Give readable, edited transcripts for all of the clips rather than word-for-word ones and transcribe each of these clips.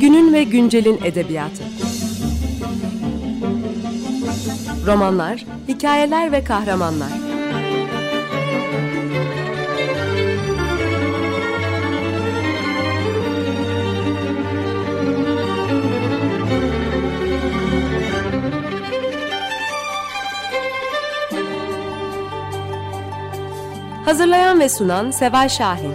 Günün ve güncelin edebiyatı. Romanlar, hikayeler ve kahramanlar. Hazırlayan ve sunan Seval Şahin.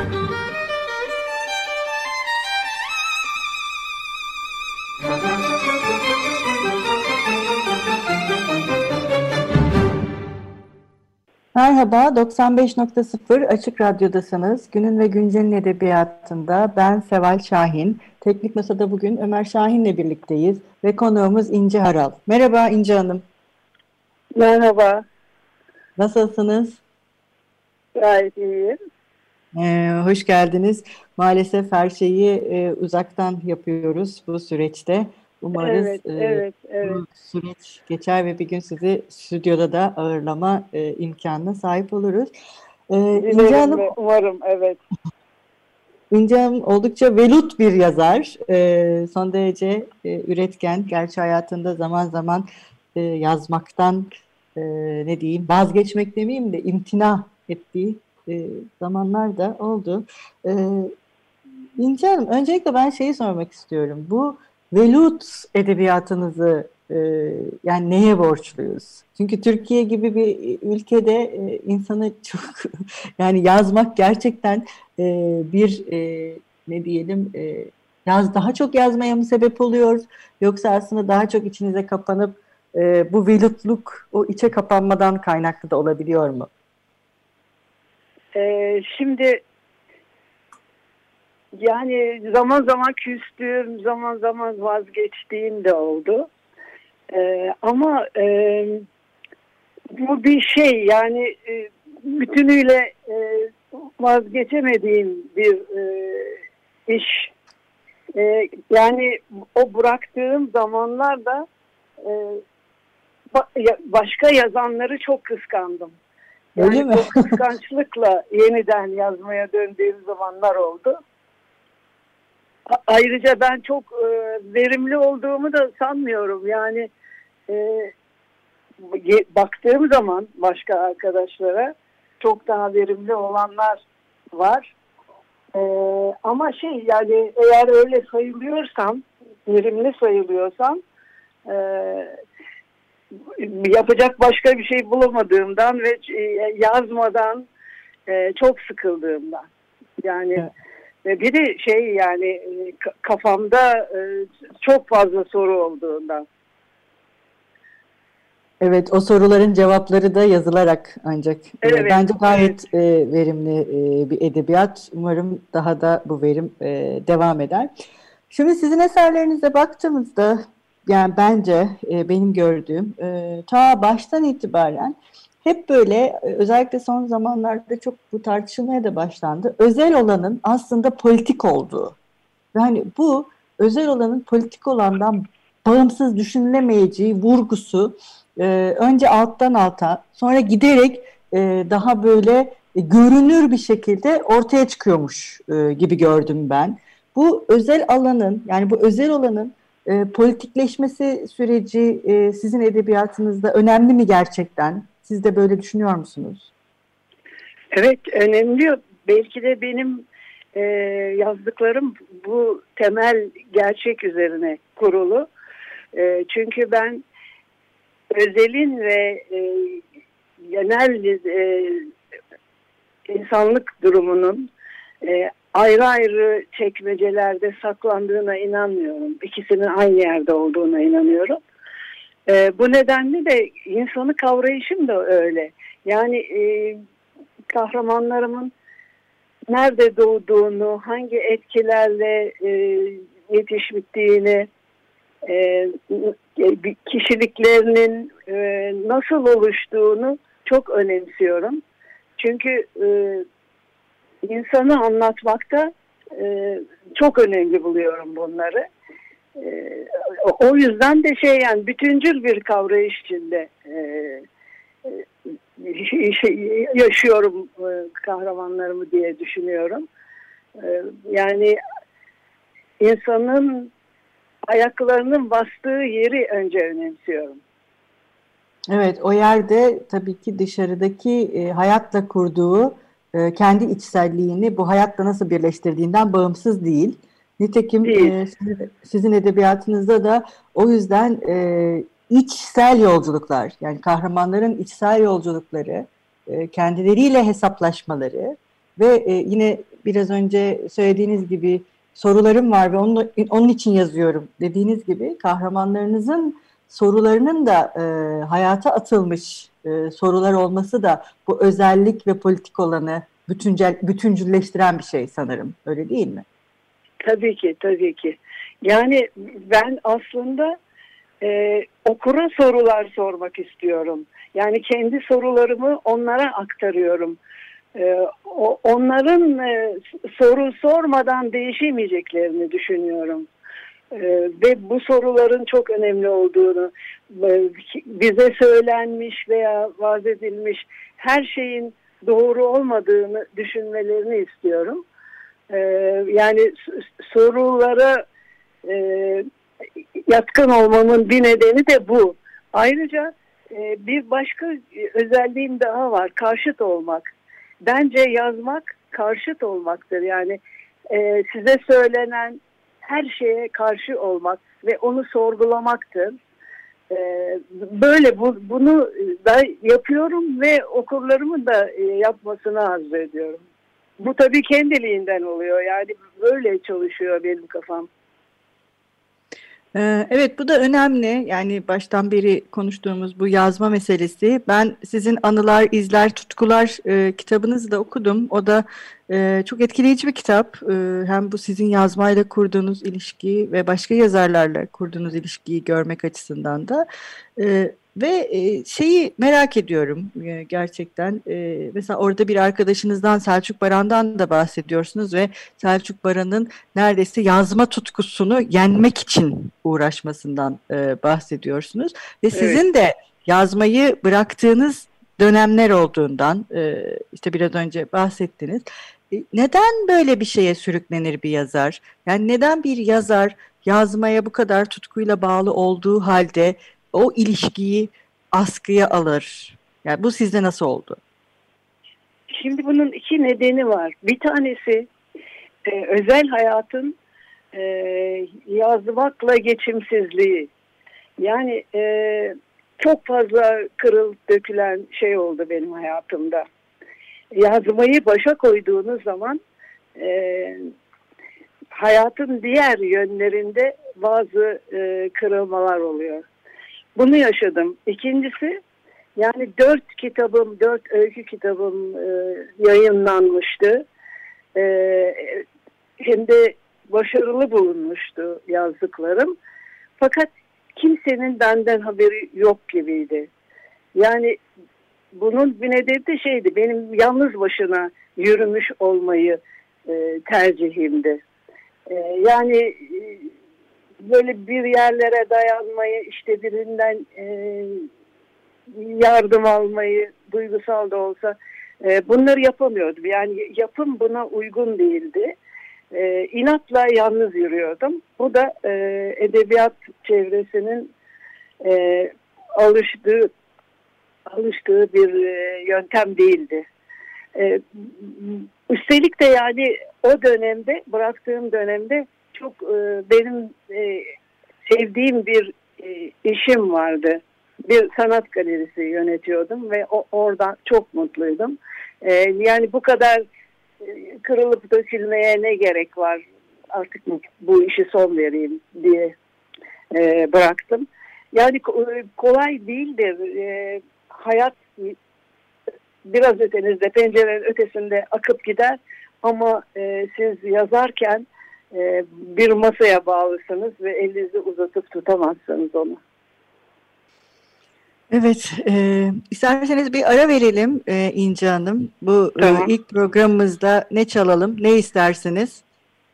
Merhaba, 95.0 Açık Radyo'dasınız. Günün ve Güncel'in edebiyatında ben Seval Şahin. Teknik Masa'da bugün Ömer Şahin'le birlikteyiz ve konuğumuz İnce Haral. Merhaba İnce Hanım. Merhaba. Nasılsınız? Gayet iyiyim. Hoş geldiniz. Maalesef her şeyi uzaktan yapıyoruz bu süreçte. Umarız Evet. bu süreç geçer ve bir gün sizi stüdyoda da ağırlama imkanına sahip oluruz. İnce Hanım, umarım, evet. İnce Hanım oldukça velut bir yazar. Son derece üretken. Gerçi hayatında zaman zaman yazmaktan vazgeçmek demeyeyim de imtina ettiği zamanlar da oldu. İnce Hanım, öncelikle ben şeyi sormak istiyorum. Bu velut edebiyatınızı yani neye borçluyuz? Çünkü Türkiye gibi bir ülkede insanı çok yani yazmak gerçekten bir daha çok yazmaya mı sebep oluyor? Yoksa aslında daha çok içinize kapanıp bu velutluk o içe kapanmadan kaynaklı da olabiliyor mu? Şimdi yani zaman zaman küstüğüm, zaman zaman vazgeçtiğim de oldu. Ama bu bir şey yani bütünüyle vazgeçemediğim bir iş. Yani o bıraktığım zamanlarda başka yazanları çok kıskandım. Yani o kıskançlıkla yeniden yazmaya döndüğüm zamanlar oldu. Ayrıca ben çok verimli olduğumu da sanmıyorum. Yani baktığım zaman başka arkadaşlara çok daha verimli olanlar var. Ama yani eğer öyle sayılıyorsam, verimli sayılıyorsam yapacak başka bir şey bulamadığımdan ve yazmadan çok sıkıldığımdan. Yani bir de yani kafamda çok fazla soru olduğundan. Evet, o soruların cevapları da yazılarak ancak evet, bence gayet verimli bir edebiyat. Umarım daha da bu verim devam eder. Şimdi sizin eserlerinize baktığımızda yani bence benim gördüğüm ta baştan itibaren hep böyle özellikle son zamanlarda çok bu tartışılmaya da başlandı. Özel olanın aslında politik olduğu. Yani bu özel olanın politik olandan bağımsız düşünülemeyeceği vurgusu önce alttan alta sonra giderek daha böyle görünür bir şekilde ortaya çıkıyormuş gibi gördüm ben. Bu özel alanın yani bu özel olanın politikleşmesi süreci sizin edebiyatınızda önemli mi gerçekten? Siz de böyle düşünüyor musunuz? Evet, önemli. Belki de benim yazdıklarım bu temel gerçek üzerine kurulu. Çünkü ben özelin ve genel insanlık durumunun ayrı ayrı çekmecelerde saklandığına inanmıyorum. İkisinin aynı yerde olduğuna inanıyorum. Bu nedenle de insanı kavrayışım da öyle. Yani kahramanlarımın nerede doğduğunu, hangi etkilerle yetiştiğini, kişiliklerinin nasıl oluştuğunu çok önemsiyorum. Çünkü insanı anlatmakta çok önemli buluyorum bunları. O yüzden de yani bütüncül bir kavrayış içinde yaşıyorum kahramanlarımı diye düşünüyorum. Yani insanın ayaklarının bastığı yeri önce önemsiyorum. Evet, o yerde tabii ki dışarıdaki hayatla kurduğu kendi içselliğini bu hayatla nasıl birleştirdiğinden bağımsız değil. Nitekim Değil. sizin edebiyatınızda da o yüzden içsel yolculuklar, yani kahramanların içsel yolculukları, kendileriyle hesaplaşmaları ve yine biraz önce söylediğiniz gibi sorularım var ve onun için yazıyorum dediğiniz gibi kahramanlarınızın sorularının da hayata atılmış sorular olması da bu özellik ve politik olanı bütüncülleştiren bir şey sanırım. Öyle değil mi? Tabii ki, tabii ki. Yani ben aslında okura sorular sormak istiyorum. Yani kendi sorularımı onlara aktarıyorum. Onların soru sormadan değişemeyeceklerini düşünüyorum. Ve bu soruların çok önemli olduğunu, bize söylenmiş veya vaaz edilmiş her şeyin doğru olmadığını düşünmelerini istiyorum. Yani sorulara yatkın olmamın bir nedeni de bu. Ayrıca bir başka özelliğim daha var, karşıt olmak. Bence yazmak karşıt olmaktır. Yani size söylenen her şeye karşı olmak ve onu sorgulamaktır. Böyle bunu da yapıyorum ve okurlarımın da yapmasını arzu ediyorum. Bu tabii kendiliğinden oluyor. Yani böyle çalışıyor benim kafam. Evet, bu da önemli. Yani baştan beri konuştuğumuz bu yazma meselesi. Ben sizin Anılar, İzler, Tutkular kitabınızı da okudum. O da çok etkileyici bir kitap. Hem bu sizin yazmayla kurduğunuz ilişki ve başka yazarlarla kurduğunuz ilişkiyi görmek açısından da. Ve şeyi merak ediyorum gerçekten. Mesela orada bir arkadaşınızdan, Selçuk Baran'dan da bahsediyorsunuz ve Selçuk Baran'ın neredeyse yazma tutkusunu yenmek için uğraşmasından bahsediyorsunuz. Ve sizin de yazmayı bıraktığınız dönemler olduğundan işte biraz önce bahsettiniz. Neden böyle bir şeye sürüklenir bir yazar? Yani neden bir yazar yazmaya bu kadar tutkuyla bağlı olduğu halde o ilişkiyi askıya alır? Yani bu sizde nasıl oldu? Şimdi bunun iki nedeni var. Bir tanesi özel hayatın yazmakla geçimsizliği. Yani çok fazla kırılıp dökülen şey oldu benim hayatımda. Yazmayı başa koyduğunuz zaman hayatın diğer yönlerinde bazı kırılmalar oluyor. Bunu yaşadım. İkincisi, yani 4 öykü kitabım yayınlanmıştı. Hem de başarılı bulunmuştu yazdıklarım. Fakat kimsenin benden haberi yok gibiydi. Yani bunun bir nedeni de şeydi, benim yalnız başına yürümüş olmayı tercihimdi. Yani böyle bir yerlere dayanmayı, işte birinden yardım almayı, duygusal da olsa bunları yapamıyordum. Yani yapım buna uygun değildi. İnatla yalnız yürüyordum. Bu da edebiyat çevresinin alıştığı bir yöntem değildi. Üstelik de yani o dönemde, bıraktığım dönemde çok benim sevdiğim bir işim vardı. Bir sanat galerisi yönetiyordum ve oradan çok mutluydum. Yani bu kadar kırılıp dökülmeye ne gerek var, artık bu işi son vereyim diye bıraktım. Yani kolay değildir. Hayat biraz ötenizde, pencerenin ötesinde akıp gider ama siz yazarken bir masaya bağlısınız ve elinizi uzatıp tutamazsınız onu. Evet, isterseniz bir ara verelim İnce Hanım. Bu Tamam. ilk programımızda ne çalalım, ne istersiniz?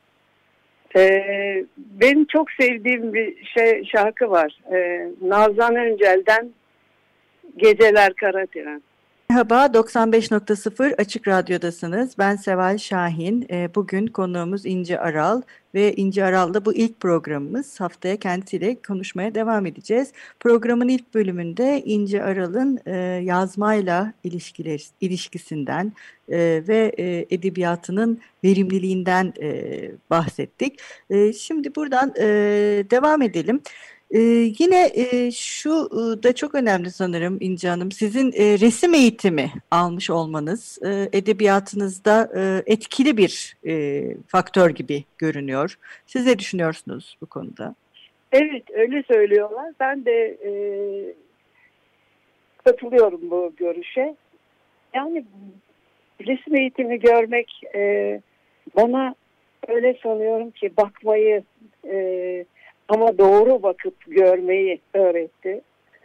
Benim çok sevdiğim bir şarkı var. Nazan Öncel'den Geceler Kara Tren. Merhaba, 95.0 Açık Radyo'dasınız. Ben Seval Şahin. Bugün konuğumuz İnci Aral ve İnci Aral'da bu ilk programımız. Haftaya kendisiyle konuşmaya devam edeceğiz. Programın ilk bölümünde İnci Aral'ın yazmayla ilişkisinden ve edebiyatının verimliliğinden bahsettik. Şimdi buradan devam edelim. Yine şu da çok önemli sanırım İnci Hanım. Sizin resim eğitimi almış olmanız edebiyatınızda etkili bir faktör gibi görünüyor. Siz ne düşünüyorsunuz bu konuda? Evet, öyle söylüyorlar. Ben de katılıyorum bu görüşe. Yani resim eğitimi görmek bana öyle sanıyorum ki bakmayı ama doğru bakıp görmeyi öğretti.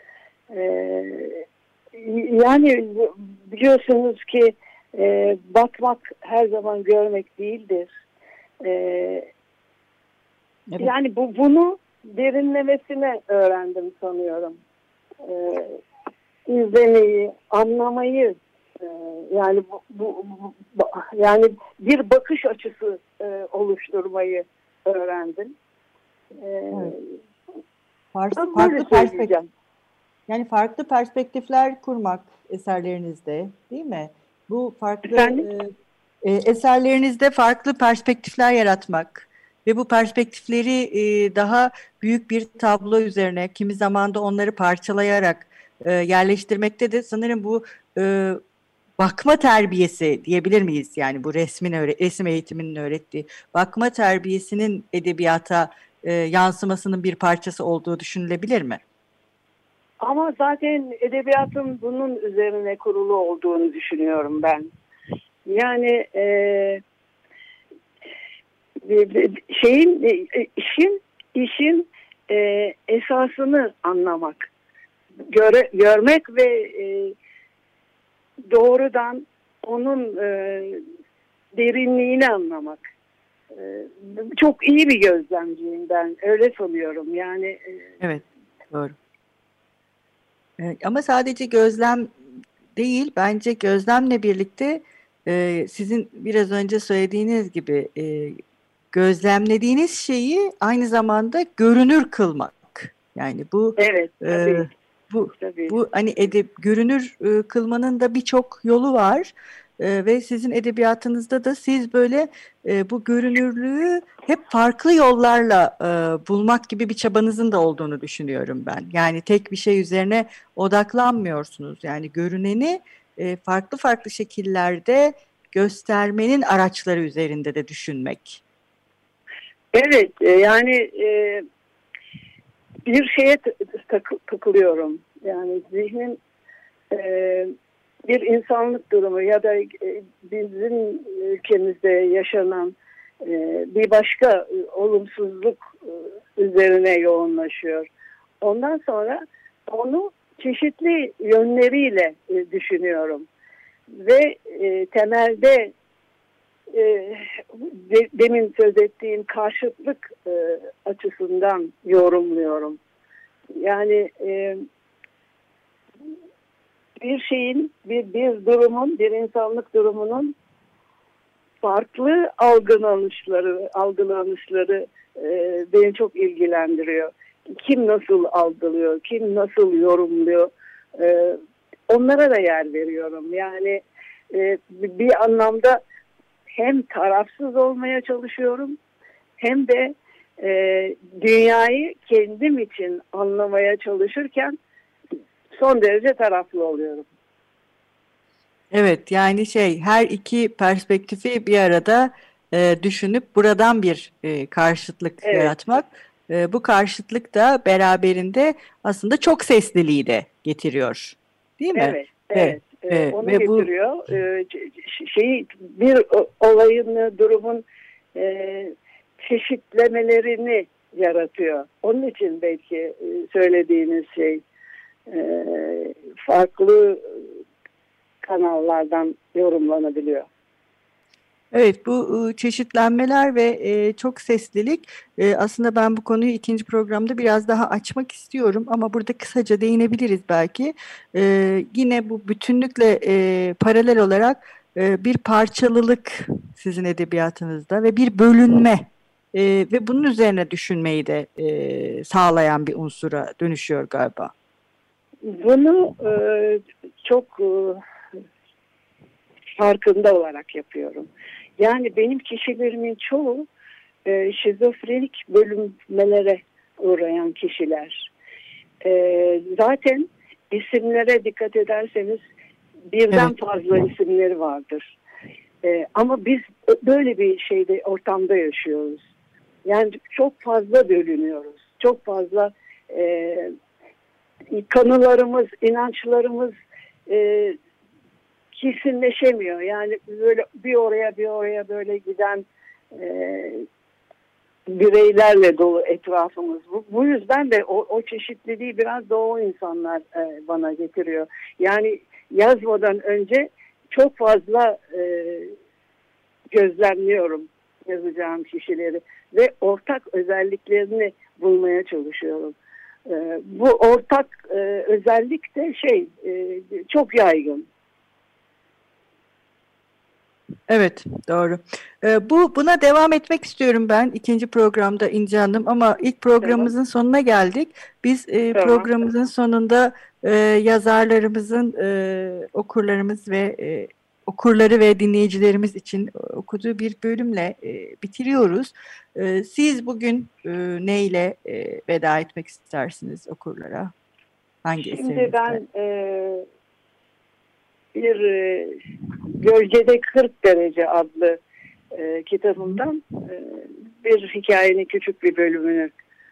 Yani biliyorsunuz ki bakmak her zaman görmek değildir. Evet. Yani bunu derinlemesine öğrendim sanıyorum. İzlemeyi, anlamayı, yani yani bir bakış açısı oluşturmayı öğrendim. Evet. Farklı perspektifler kurmak eserlerinizde, değil mi? Bu farklı eserlerinizde farklı perspektifler yaratmak ve bu perspektifleri daha büyük bir tablo üzerine, kimi zaman da onları parçalayarak yerleştirmekte de sanırım bu bakma terbiyesi diyebilir miyiz? Yani bu resim eğitiminin öğrettiği bakma terbiyesinin edebiyata yansımasının bir parçası olduğu düşünülebilir mi? Ama zaten edebiyatın bunun üzerine kurulu olduğunu düşünüyorum ben. Yani işin esasını anlamak, görmek ve doğrudan onun derinliğini anlamak. Çok iyi bir gözlemciyim ben, öyle sanıyorum. Yani evet, doğru. Ama sadece gözlem değil, bence gözlemle birlikte sizin biraz önce söylediğiniz gibi gözlemlediğiniz şeyi aynı zamanda görünür kılmak. Yani bu evet, tabii. bu hani görünür kılmanın da birçok yolu var. Ve sizin edebiyatınızda da siz böyle bu görünürlüğü hep farklı yollarla bulmak gibi bir çabanızın da olduğunu düşünüyorum ben. Yani tek bir şey üzerine odaklanmıyorsunuz. Yani görüneni farklı farklı şekillerde göstermenin araçları üzerinde de düşünmek. Evet, yani bir şeye takılıyorum. Yani zihnin bir insanlık durumu ya da bizim ülkemizde yaşanan bir başka olumsuzluk üzerine yoğunlaşıyor. Ondan sonra onu çeşitli yönleriyle düşünüyorum. Ve temelde demin söz ettiğim karşıtlık açısından yorumluyorum. Yani bir şeyin, bir durumun, bir insanlık durumunun farklı algılanışları beni çok ilgilendiriyor. Kim nasıl algılıyor, kim nasıl yorumluyor, onlara da yer veriyorum. Yani bir anlamda hem tarafsız olmaya çalışıyorum, hem de dünyayı kendim için anlamaya çalışırken son derece taraflı oluyorum. Evet, yani her iki perspektifi bir arada düşünüp buradan bir karşıtlık yaratmak. Bu karşıtlık da beraberinde aslında çok sesliliği de getiriyor. Değil mi? Evet. Onu getiriyor. Bir olayın, durumun çeşitlemelerini yaratıyor. Onun için belki söylediğiniz şey farklı kanallardan yorumlanabiliyor. Evet, bu çeşitlenmeler ve çok seslilik aslında ben bu konuyu ikinci programda biraz daha açmak istiyorum ama burada kısaca değinebiliriz belki. Yine bu bütünlükle paralel olarak bir parçalılık sizin edebiyatınızda ve bir bölünme ve bunun üzerine düşünmeyi de sağlayan bir unsura dönüşüyor galiba. Bunu çok farkında olarak yapıyorum. Yani benim kişilerimin çoğu şizofrenik bölünmelere uğrayan kişiler. Zaten isimlere dikkat ederseniz birden fazla isimleri vardır. Ama biz böyle bir ortamda yaşıyoruz. Yani çok fazla bölünüyoruz. Çok fazla kanılarımız, inançlarımız kesinleşemiyor. Yani böyle bir oraya böyle giden bireylerle dolu etrafımız. Bu yüzden de o çeşitliliği biraz da o insanlar bana getiriyor. Yani yazmadan önce çok fazla gözlemliyorum yazacağım kişileri ve ortak özelliklerini bulmaya çalışıyorum. Bu ortak özellik de çok yaygın. Evet, doğru. Buna devam etmek istiyorum ben ikinci programda İnce Hanım ama ilk programımızın sonuna geldik. Biz programımızın sonunda yazarlarımızın okurlarımız ve okurları ve dinleyicilerimiz için okuduğu bir bölümle bitiriyoruz. Siz bugün neyle veda etmek istersiniz okurlara? Hangi eserinizle? Şimdi ben bir Gölgede 40 Derece adlı kitabımdan bir hikayenin küçük bir bölümünü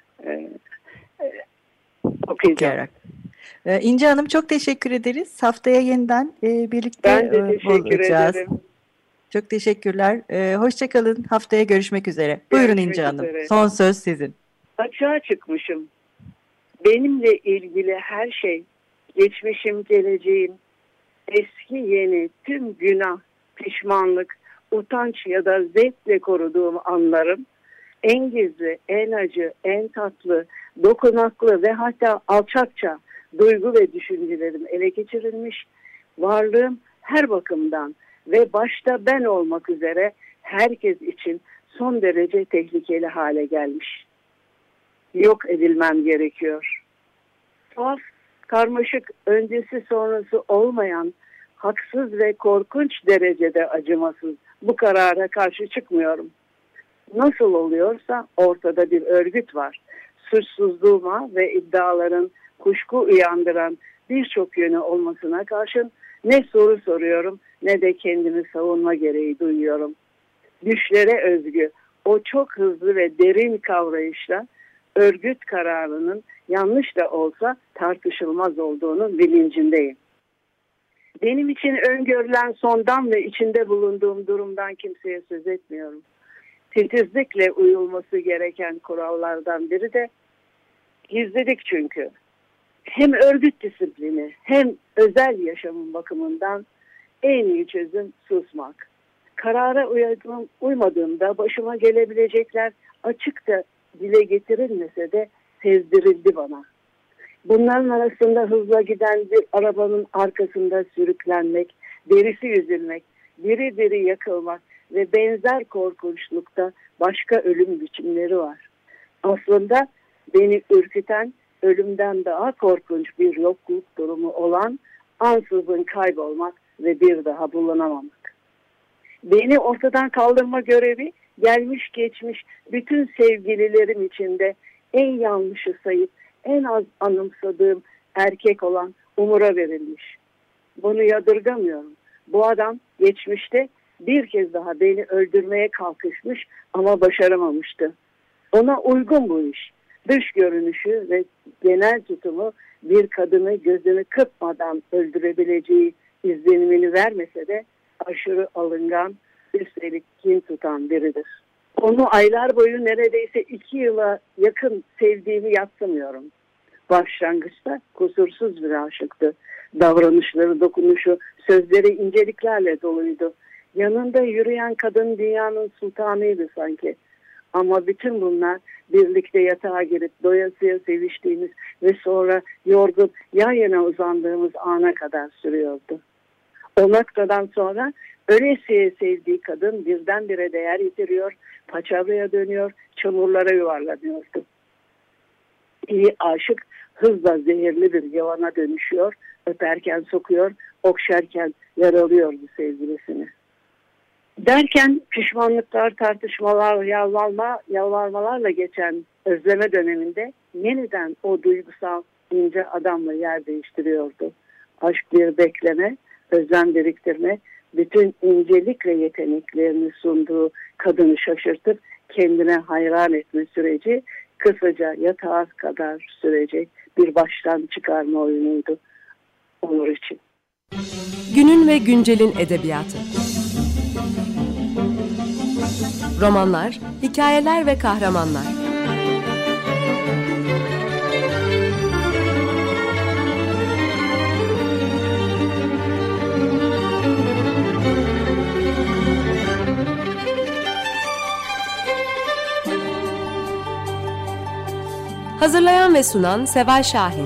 okuyacağım. İnce Hanım çok teşekkür ederiz. Haftaya yeniden birlikte ben de teşekkür ederim. Çok teşekkürler. Hoşça kalın. Haftaya görüşmek üzere. Buyurun İnce Hanım. Son söz sizin. Açığa çıkmışım. Benimle ilgili her şey, geçmişim, geleceğim, eski yeni tüm günah, pişmanlık, utanç ya da zevkle koruduğum anlarım, en gizli, en acı, en tatlı, dokunaklı ve hatta alçakça duygu ve düşüncelerim ele geçirilmiş, varlığım her bakımdan ve başta ben olmak üzere herkes için son derece tehlikeli hale gelmiş. Yok edilmem gerekiyor. Tuhaf, karmaşık, öncesi sonrası olmayan, haksız ve korkunç derecede acımasız bu karara karşı çıkmıyorum. Nasıl oluyorsa ortada bir örgüt var. Suçsuzluğuma ve iddiaların kuşku uyandıran birçok yönü olmasına karşın ne soru soruyorum ne de kendimi savunma gereği duyuyorum. Güçlere özgü o çok hızlı ve derin kavrayışla örgüt kararının yanlış da olsa tartışılmaz olduğunun bilincindeyim. Benim için öngörülen sondan ve içinde bulunduğum durumdan kimseye söz etmiyorum. Titizlikle uyulması gereken kurallardan biri de gizlilik çünkü. Hem örgüt disiplini hem özel yaşamın bakımından en iyi çözüm susmak. Karara uymadığımda başıma gelebilecekler açıkça dile getirilmese de sezdirildi bana. Bunların arasında hızla giden bir arabanın arkasında sürüklenmek, derisi yüzülmek, diri diri yakılmak ve benzer korkunçlukta başka ölüm biçimleri var. Aslında beni ürküten, ölümden daha korkunç bir yokluk durumu olan ansızın kaybolmak ve bir daha bulunamamak. Beni ortadan kaldırma görevi gelmiş geçmiş bütün sevgililerim içinde en yanlışı sayıp en az anımsadığım erkek olan Umur'a verilmiş. Bunu yadırgamıyorum. Bu adam geçmişte bir kez daha beni öldürmeye kalkışmış ama başaramamıştı. Ona uygun bu iş. Dış görünüşü ve genel tutumu bir kadını gözünü kırpmadan öldürebileceği izlenimini vermese de aşırı alıngan, üstelik kin tutan biridir. Onu aylar boyu neredeyse 2 yıla yakın sevdiğimi yadsımıyorum. Başlangıçta kusursuz bir aşıktı. Davranışları, dokunuşu, sözleri inceliklerle doluydu. Yanında yürüyen kadın dünyanın sultanıydı sanki. Ama bütün bunlar birlikte yatağa girip doyasıya seviştiğimiz ve sonra yorgun yan yana uzandığımız ana kadar sürüyordu. O noktadan sonra ölesiye sevdiği kadın birdenbire değer yitiriyor, paçavraya dönüyor, çamurlara yuvarlanıyordu. İyi aşık hızla zehirli bir yılana dönüşüyor, öperken sokuyor, okşarken yaralıyordu sevgilisini. Derken pişmanlıklar, tartışmalar, yalvarmalarla geçen özleme döneminde yeniden o duygusal ince adamla yer değiştiriyordu. Aşk bir bekleme, özlem biriktirme, bütün incelikle yeteneklerini sunduğu kadını şaşırtıp kendine hayran etme süreci kısaca yatağa kadar sürecek bir baştan çıkarma oyunuydu Onur için. Günün ve güncelin edebiyatı. Romanlar, hikayeler ve kahramanlar. Hazırlayan ve sunan Seval Şahin.